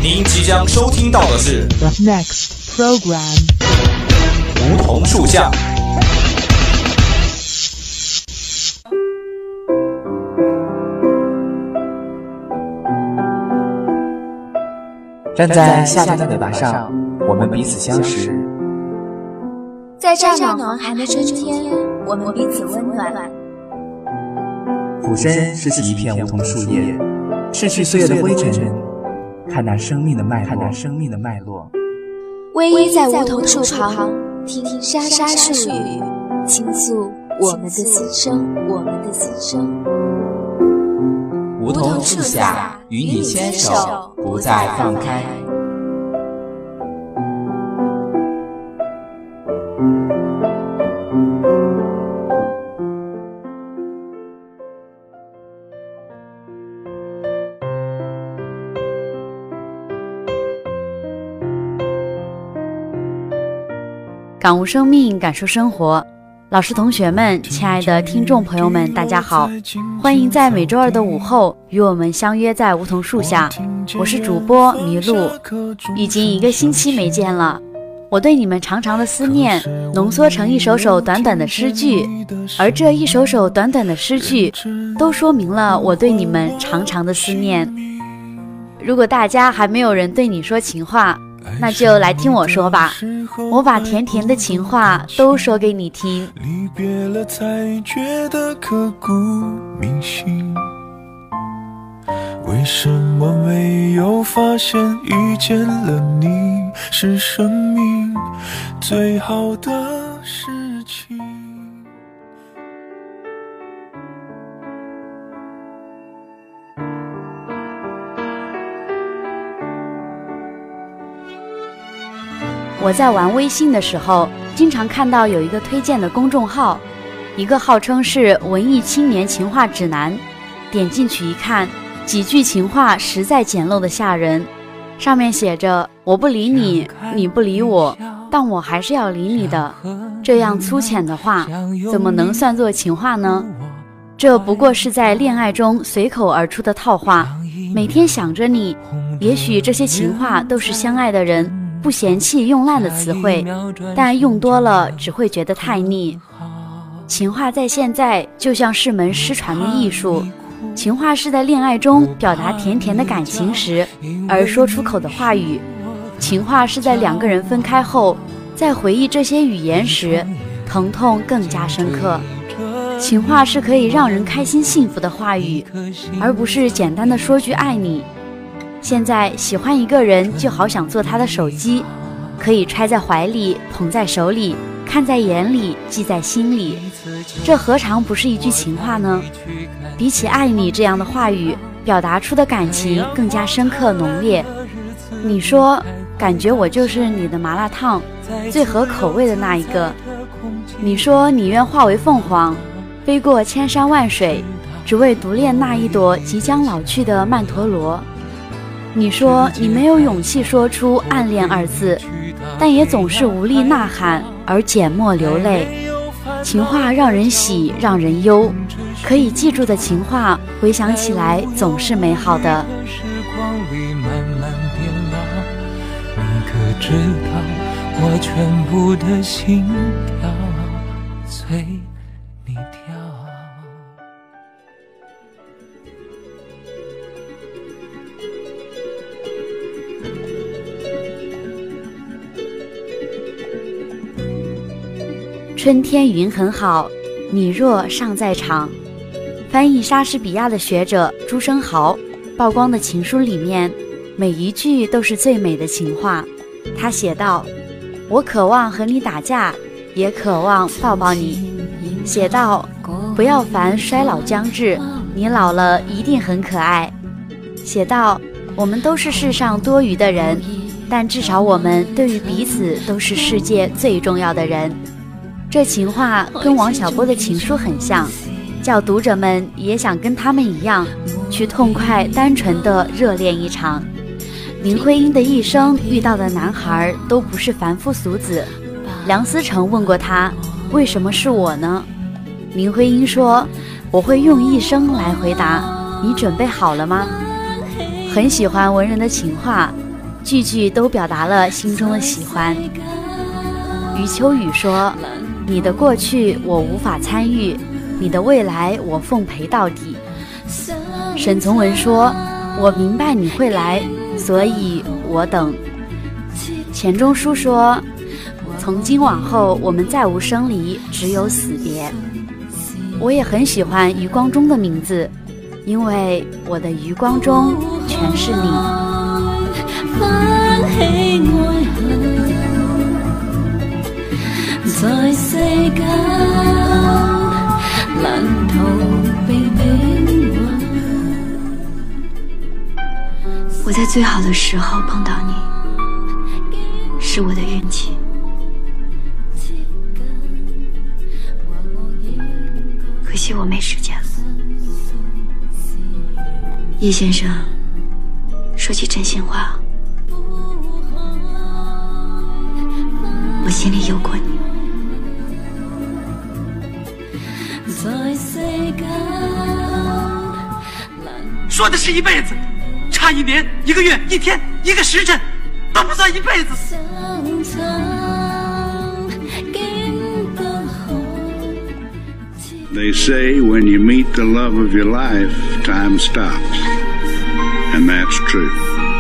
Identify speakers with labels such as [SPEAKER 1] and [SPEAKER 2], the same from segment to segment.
[SPEAKER 1] 您即将收听到的是
[SPEAKER 2] The next program
[SPEAKER 1] 梧桐树下。
[SPEAKER 3] 站在夏天的尾巴上，我们彼此相识；
[SPEAKER 4] 在乍暖还寒的春天，我们彼此温暖。
[SPEAKER 3] 俯身拾起一片梧桐树叶，拭去岁月的灰尘，看那生命的脉络。
[SPEAKER 4] 偎依在梧桐树旁，听沙沙树语，倾诉我们的心声。
[SPEAKER 3] 梧桐树下，与你牵手，不再放开。
[SPEAKER 5] 感悟生命，感受生活。老师、同学们，亲爱的听众朋友们，大家好，欢迎在每周二的午后与我们相约在梧桐树下。我是主播麋鹿，已经1个星期没见了。我对你们长长的思念浓缩成一首首短短的诗句，而这一首首短短的诗句都说明了我对你们长长的思念。如果大家还没有人对你说情话，那就来听我说吧，我把甜甜的情话都说给你听。
[SPEAKER 6] 离别了才觉得刻骨铭心，为什么没有发现遇见了你是生命最好的事情。
[SPEAKER 5] 我在玩微信的时候，经常看到有一个推荐的公众号，一个号称是文艺青年情话指南，点进去一看，几句情话实在简陋的吓人。上面写着，我不理你，你不理我，但我还是要理你的。这样粗浅的话，怎么能算作情话呢？这不过是在恋爱中随口而出的套话，每天想着你，也许这些情话都是相爱的人不嫌弃用烂的词汇，但用多了只会觉得太腻。情话在现在就像是门失传的艺术，情话是在恋爱中表达甜甜的感情时而说出口的话语，情话是在2个人分开后，在回忆这些语言时，疼痛更加深刻。情话是可以让人开心幸福的话语，而不是简单的说句爱你。现在喜欢一个人就好想做他的手机，可以揣在怀里，捧在手里，看在眼里，记在心里，这何尝不是一句情话呢？比起爱你这样的话语，表达出的感情更加深刻浓烈。你说，感觉我就是你的麻辣烫，最合口味的那一个。你说你愿化为凤凰，飞过千山万水，只为独恋那一朵即将老去的曼陀罗。你说你没有勇气说出暗恋2字，但也总是无力呐喊而缄默流泪。情话让人喜，让人忧，可以记住的情话，回想起来总是美好的。
[SPEAKER 6] 时光里慢慢变老，你可知道我全部的心跳随你跳。
[SPEAKER 5] 春天云很好，你若尚在场。翻译莎士比亚的学者朱生豪曝光的情书里面，每一句都是最美的情话。他写道，我渴望和你打架，也渴望抱抱你。写道，不要烦衰老将至，你老了一定很可爱。写道，我们都是世上多余的人，但至少我们对于彼此都是世界最重要的人。这情话跟王小波的情书很像，叫读者们也想跟他们一样，去痛快单纯的热恋一场。林徽因的一生遇到的男孩都不是凡夫俗子。梁思成问过他，为什么是我呢？林徽因说，我会用一生来回答，你准备好了吗？很喜欢文人的情话， 句句都表达了心中的喜欢。余秋雨说，你的过去我无法参与，你的未来我奉陪到底。沈从文说，我明白你会来，所以我等。钱钟书说，从今往后我们再无生离，只有死别。我也很喜欢余光中的名字，因为我的余光中全是你。
[SPEAKER 7] 在世間難逃避命運。
[SPEAKER 8] 我在最好的時候碰到你，是我的運氣。可惜我沒時間了。葉先生，說起真心話，我心裡有過你。
[SPEAKER 9] 说的是一辈子，差1年、1个月、1天、1个時辰都不算一輩子。
[SPEAKER 10] They say when you meet the love of your life, time stops. And that's true.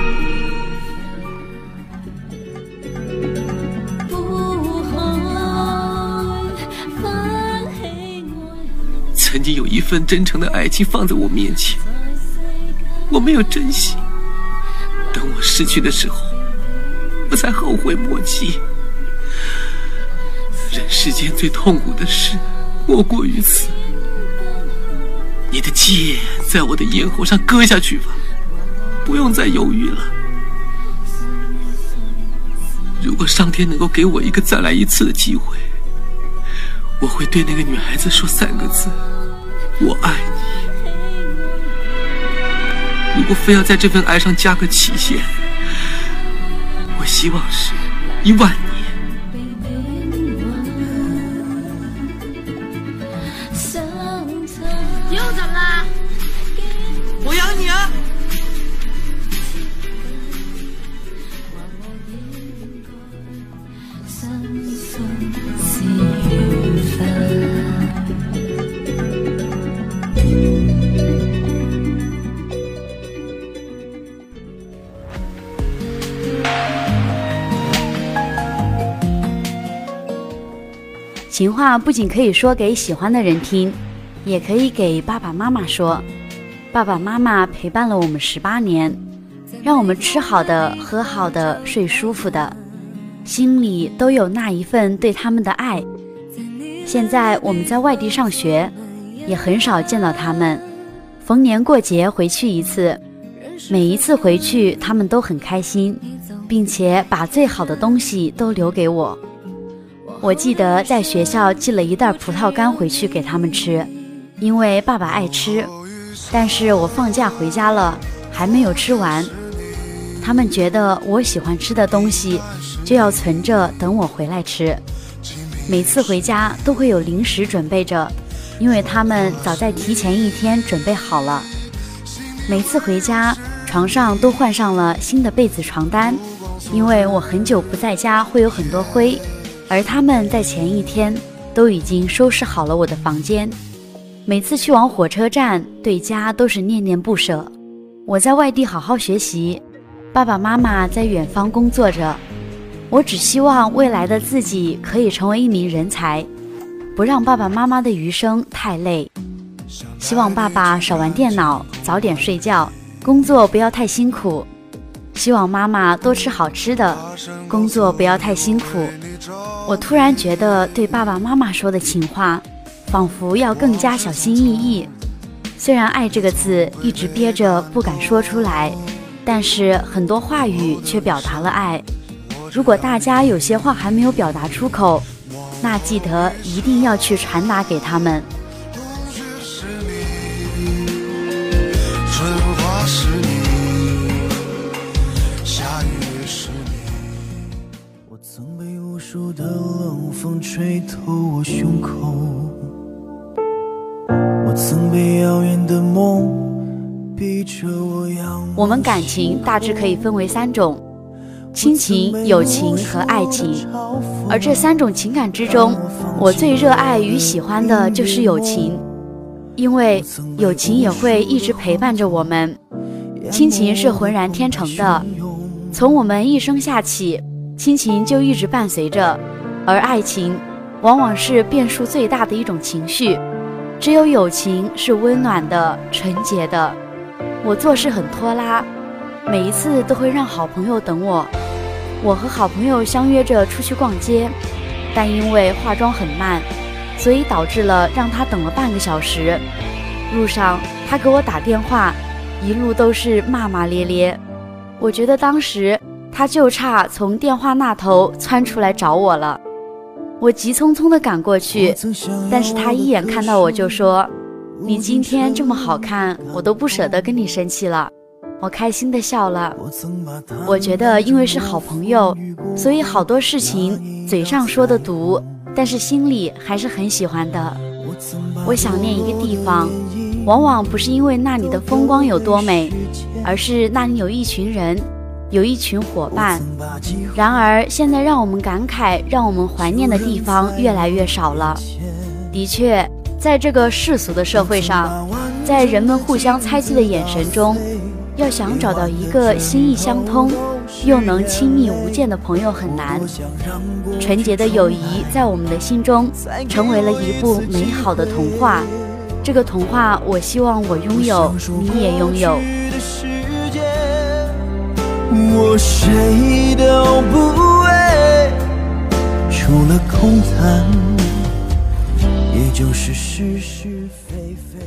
[SPEAKER 9] 曾经有一份真诚的爱情放在我面前，我没有珍惜，等我失去的时候，我才后悔莫及。人世间最痛苦的事莫过于此。你的剑在我的咽喉上割下去吧，不用再犹豫了。如果上天能够给我一个再来一次的机会，我会对那个女孩子说3个字：我爱你。如果非要在这份爱上加个期限，我希望是1万年。
[SPEAKER 7] 又怎么了？
[SPEAKER 9] 我养你啊！
[SPEAKER 5] 情话不仅可以说给喜欢的人听，也可以给爸爸妈妈说。爸爸妈妈陪伴了我们18年，让我们吃好的、喝好的、睡舒服的，心里都有那一份对他们的爱。现在我们在外地上学，也很少见到他们，逢年过节回去一次，每一次回去他们都很开心，并且把最好的东西都留给我。我记得在学校寄了一袋葡萄干回去给他们吃，因为爸爸爱吃，但是我放假回家了还没有吃完，他们觉得我喜欢吃的东西就要存着等我回来吃。每次回家都会有零食准备着，因为他们早在提前1天准备好了。每次回家床上都换上了新的被子床单，因为我很久不在家会有很多灰，而他们在前1天都已经收拾好了我的房间。每次去往火车站，对家都是念念不舍。我在外地好好学习，爸爸妈妈在远方工作着，我只希望未来的自己可以成为一名人才，不让爸爸妈妈的余生太累。希望爸爸少玩电脑，早点睡觉，工作不要太辛苦。希望妈妈多吃好吃的，工作不要太辛苦。我突然觉得对爸爸妈妈说的情话仿佛要更加小心翼翼，虽然爱这个字一直憋着不敢说出来，但是很多话语却表达了爱。如果大家有些话还没有表达出口，那记得一定要去传达给他们。
[SPEAKER 11] 春花是你，夏雨是你。我曾被无数的冷风吹透我胸口，我曾被遥远的梦逼着我仰望。
[SPEAKER 5] 我们感情大致可以分为3种， 亲情、友情和爱情。而这3种情感之中，我最热爱与喜欢的就是友情，因为友情也会一直陪伴着我们。亲情是浑然天成的，从我们一生下起，亲情就一直伴随着，而爱情往往是变数最大的一种情绪。只有友情是温暖的、纯洁的。我做事很拖拉，每一次都会让好朋友等我。我和好朋友相约着出去逛街，但因为化妆很慢，所以导致了让他等了半个小时。路上他给我打电话，一路都是骂骂咧咧。我觉得当时他就差从电话那头窜出来找我了。我急匆匆地赶过去，但是他一眼看到我就说：“你今天这么好看，我都不舍得跟你生气了。”我开心地笑了。我觉得因为是好朋友，所以好多事情嘴上说的毒，但是心里还是很喜欢的。我想念一个地方，往往不是因为那里的风光有多美，而是那里有一群人，有一群伙伴。然而现在让我们感慨、让我们怀念的地方越来越少了。的确，在这个世俗的社会上，在人们互相猜忌的眼神中，要想找到一个心意相通又能亲密无间的朋友很难。纯洁的友谊在我们的心中成为了一部美好的童话，这个童话我希望我拥有，你也拥有。
[SPEAKER 11] 我谁都不为，除了空谈，也就是是是非非。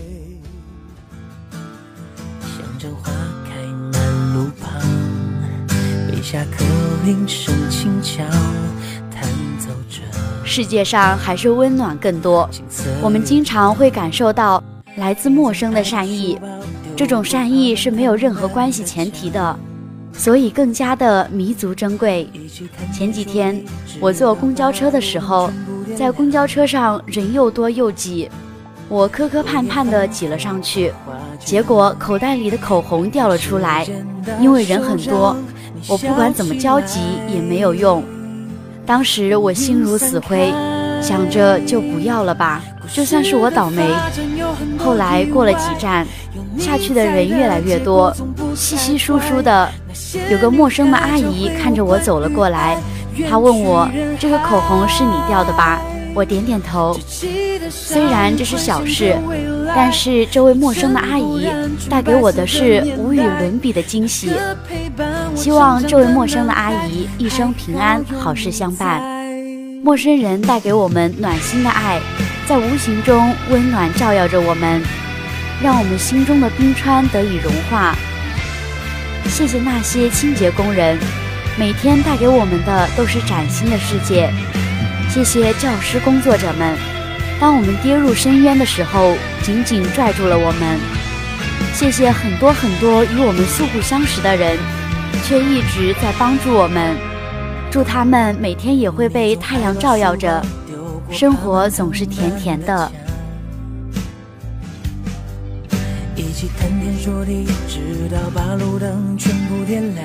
[SPEAKER 12] 像阵花开满路旁，北下客铃声轻巧，弹奏着。
[SPEAKER 5] 世界上还是温暖更多，我们经常会感受到来自陌生的善意，这种善意是没有任何关系前提的，所以更加的弥足珍贵。前几天我坐公交车的时候，在公交车上人又多又挤，我磕磕绊绊地挤了上去，结果口袋里的口红掉了出来。因为人很多，我不管怎么焦急也没有用。当时我心如死灰，想着就不要了吧，就算是我倒霉。后来过了几站，下去的人越来越多，稀稀疏疏的。有个陌生的阿姨看着我走了过来，她问我：“这个口红是你掉的吧？”我点点头。虽然这是小事，但是这位陌生的阿姨带给我的是无与伦比的惊喜。希望这位陌生的阿姨一生平安，好事相伴。陌生人带给我们暖心的爱，在无形中温暖照耀着我们，让我们心中的冰川得以融化。谢谢那些清洁工人，每天带给我们的都是崭新的世界。谢谢教师工作者们，当我们跌入深渊的时候，紧紧拽住了我们。谢谢很多很多与我们素不相识的人，却一直在帮助我们。祝他们每天也会被太阳照耀着，生活总是甜甜的。
[SPEAKER 12] 一起谈天说地，直到把路灯全部点亮。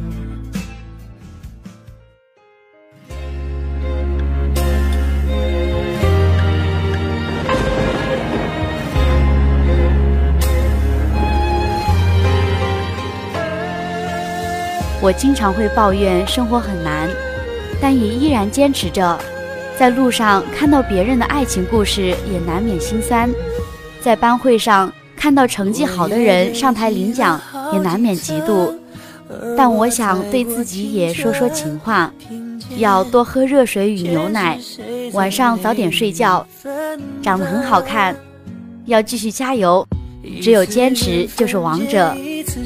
[SPEAKER 5] 我经常会抱怨生活很难，但也依然坚持着。在路上看到别人的爱情故事，也难免心酸；在班会上看到成绩好的人上台领奖，也难免嫉妒。但我想对自己也说说情话，要多喝热水与牛奶，晚上早点睡觉，长得很好看，要继续加油，只有坚持就是王者。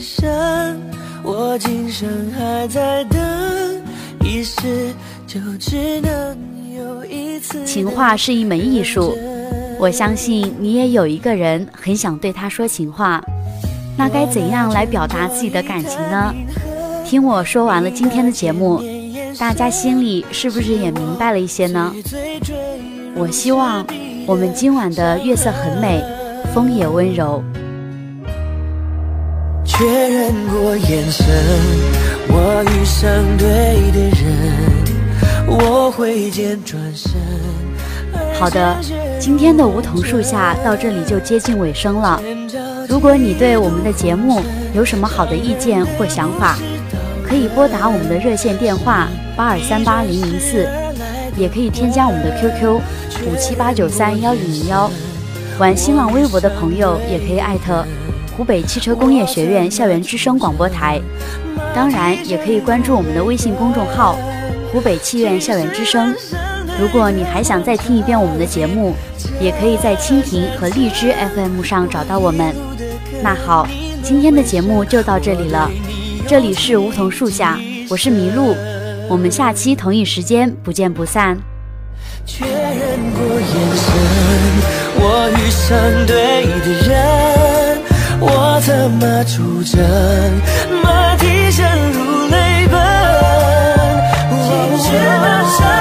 [SPEAKER 12] 我今生还在等，一世就只能有一次。
[SPEAKER 5] 情话是一门艺术，我相信你也有一个人很想对他说情话，那该怎样来表达自己的感情呢？听我说完了今天的节目，大家心里是不是也明白了一些呢？我希望我们今晚的月色很美，风也温柔。
[SPEAKER 12] 确认过眼神，我我遇上对的人，我挥剑转身。
[SPEAKER 5] 好的，今天的梧桐树下到这里就接近尾声了。如果你对我们的节目有什么好的意见或想法，可以拨打我们的热线电话82380004，也可以添加我们的 QQ 578931101。玩新浪微博的朋友也可以艾特湖北汽车工业学院校园之声广播台，当然也可以关注我们的微信公众号湖北汽院校园之声。如果你还想再听一遍我们的节目，也可以在蜻蜓和荔枝 FM 上找到我们。那好，今天的节目就到这里了，这里是梧桐树下，我是麋鹿，我们下期同一时间不见不散。
[SPEAKER 12] 确认过眼神，我遇上对的人，我策马出征，马蹄声如泪奔，一直马上